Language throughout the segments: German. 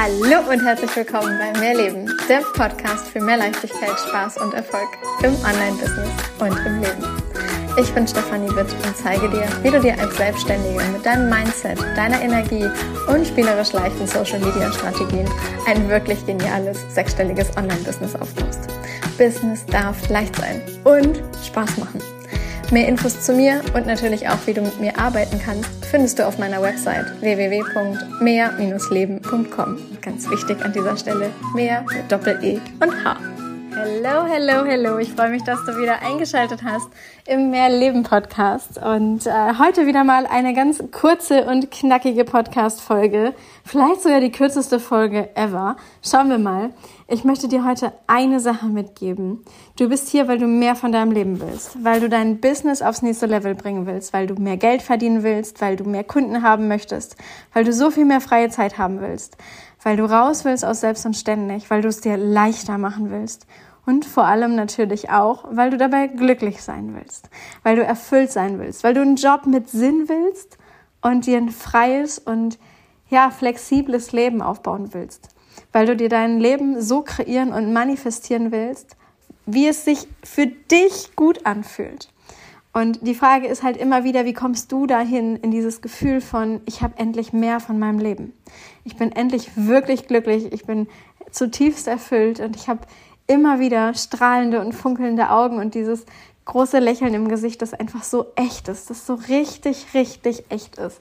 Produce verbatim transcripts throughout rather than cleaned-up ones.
Hallo und herzlich willkommen bei Mehr Leben, der Podcast für mehr Leichtigkeit, Spaß und Erfolg im Online-Business und im Leben. Ich bin Stefanie Witt und zeige dir, wie du dir als Selbstständige mit deinem Mindset, deiner Energie und spielerisch leichten Social-Media-Strategien ein wirklich geniales, sechsstelliges Online-Business aufbaust. Business darf leicht sein und Spaß machen. Mehr Infos zu mir und natürlich auch, wie du mit mir arbeiten kannst, findest du auf meiner Website w w w punkt mehr leben punkt com. Ganz wichtig an dieser Stelle, mehr mit Doppel-E und H. Hello, hello, hello. Ich freue mich, dass du wieder eingeschaltet hast im Mehr Leben Podcast. Und äh, heute wieder mal eine ganz kurze und knackige Podcast-Folge. Vielleicht sogar die kürzeste Folge ever. Schauen wir mal. Ich möchte dir heute eine Sache mitgeben. Du bist hier, weil du mehr von deinem Leben willst, weil du dein Business aufs nächste Level bringen willst, weil du mehr Geld verdienen willst, weil du mehr Kunden haben möchtest, weil du so viel mehr freie Zeit haben willst, weil du raus willst aus Selbst und Ständig, weil du es dir leichter machen willst und vor allem natürlich auch, weil du dabei glücklich sein willst, weil du erfüllt sein willst, weil du einen Job mit Sinn willst und dir ein freies und ja flexibles Leben aufbauen willst. Weil du dir dein Leben so kreieren und manifestieren willst, wie es sich für dich gut anfühlt. Und die Frage ist halt immer wieder, wie kommst du dahin in dieses Gefühl von, ich habe endlich mehr von meinem Leben. Ich bin endlich wirklich glücklich, ich bin zutiefst erfüllt und ich habe immer wieder strahlende und funkelnde Augen und dieses große Lächeln im Gesicht, das einfach so echt ist, das so richtig, richtig echt ist.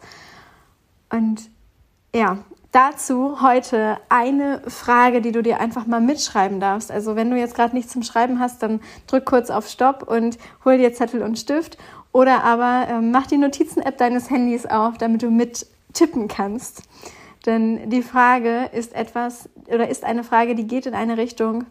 Und ja, dazu heute eine Frage, die du dir einfach mal mitschreiben darfst. Also wenn du jetzt gerade nichts zum Schreiben hast, dann drück kurz auf Stopp und hol dir Zettel und Stift. Oder aber äh, mach die Notizen-App deines Handys auf, damit du mit tippen kannst. Denn die Frage ist etwas, oder ist eine Frage, die geht in eine Richtung,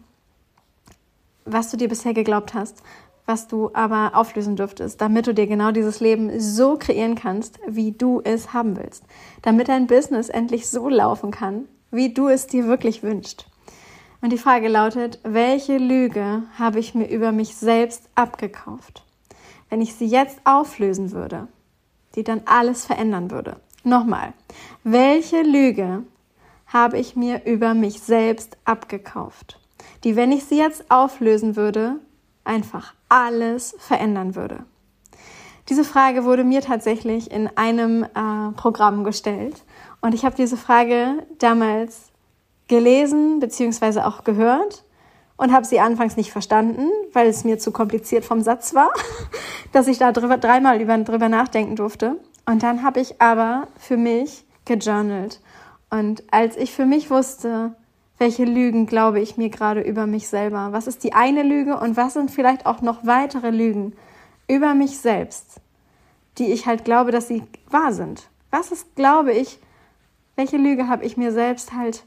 was du dir bisher geglaubt hast, was du aber auflösen dürftest, damit du dir genau dieses Leben so kreieren kannst, wie du es haben willst. Damit dein Business endlich so laufen kann, wie du es dir wirklich wünschst. Und die Frage lautet, welche Lüge habe ich mir über mich selbst abgekauft? Wenn ich sie jetzt auflösen würde, die dann alles verändern würde. Nochmal, welche Lüge habe ich mir über mich selbst abgekauft? Die, wenn ich sie jetzt auflösen würde, einfach alles verändern würde. Diese Frage wurde mir tatsächlich in einem äh, Programm gestellt und ich habe diese Frage damals gelesen bzw. auch gehört und habe sie anfangs nicht verstanden, weil es mir zu kompliziert vom Satz war, dass ich da drüber, dreimal über, drüber nachdenken durfte. Und dann habe ich aber für mich gejournalt und als ich für mich wusste, welche Lügen glaube ich mir gerade über mich selber? Was ist die eine Lüge und was sind vielleicht auch noch weitere Lügen über mich selbst, die ich halt glaube, dass sie wahr sind? Was ist, glaube ich, welche Lüge habe ich mir selbst halt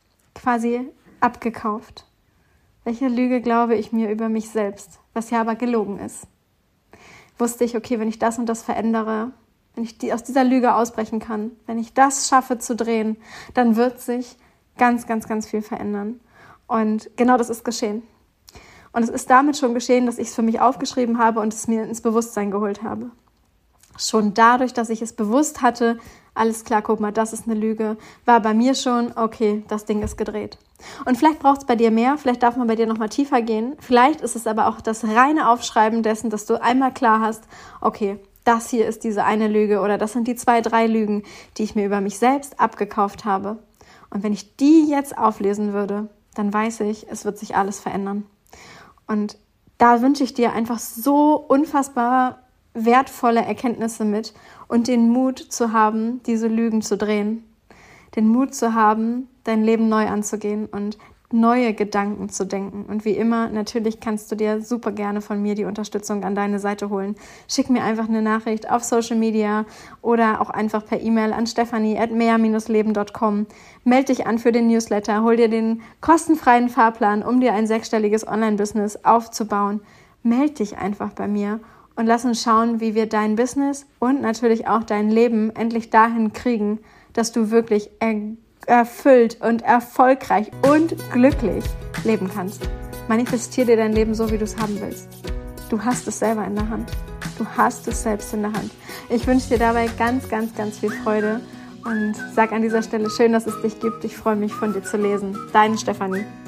quasi abgekauft? Welche Lüge glaube ich mir über mich selbst, was ja aber gelogen ist? Wusste ich, okay, wenn ich das und das verändere, wenn ich die, aus dieser Lüge ausbrechen kann, wenn ich das schaffe zu drehen, dann wird sich ganz, ganz, ganz viel verändern. Und genau das ist geschehen. Und es ist damit schon geschehen, dass ich es für mich aufgeschrieben habe und es mir ins Bewusstsein geholt habe. Schon dadurch, dass ich es bewusst hatte, alles klar, guck mal, das ist eine Lüge, war bei mir schon, okay, das Ding ist gedreht. Und vielleicht braucht es bei dir mehr, vielleicht darf man bei dir nochmal tiefer gehen. Vielleicht ist es aber auch das reine Aufschreiben dessen, dass du einmal klar hast, okay, das hier ist diese eine Lüge oder das sind die zwei, drei Lügen, die ich mir über mich selbst abgekauft habe. Und wenn ich die jetzt auflesen würde, dann weiß ich, es wird sich alles verändern. Und da wünsche ich dir einfach so unfassbar wertvolle Erkenntnisse mit und den Mut zu haben, diese Lügen zu drehen. Den Mut zu haben, dein Leben neu anzugehen und neue Gedanken zu denken. Und wie immer, natürlich kannst du dir super gerne von mir die Unterstützung an deine Seite holen. Schick mir einfach eine Nachricht auf Social Media oder auch einfach per E-Mail an stefanie at mehr leben punkt com. Meld dich an für den Newsletter, hol dir den kostenfreien Fahrplan, um dir ein sechsstelliges Online-Business aufzubauen. Meld dich einfach bei mir und lass uns schauen, wie wir dein Business und natürlich auch dein Leben endlich dahin kriegen, dass du wirklich er- erfüllt und erfolgreich und glücklich leben kannst. Manifestier dir dein Leben so, wie du es haben willst. Du hast es selber in der Hand. Du hast es selbst in der Hand. Ich wünsche dir dabei ganz, ganz, ganz viel Freude und sag an dieser Stelle schön, dass es dich gibt. Ich freue mich, von dir zu lesen. Deine Stefanie.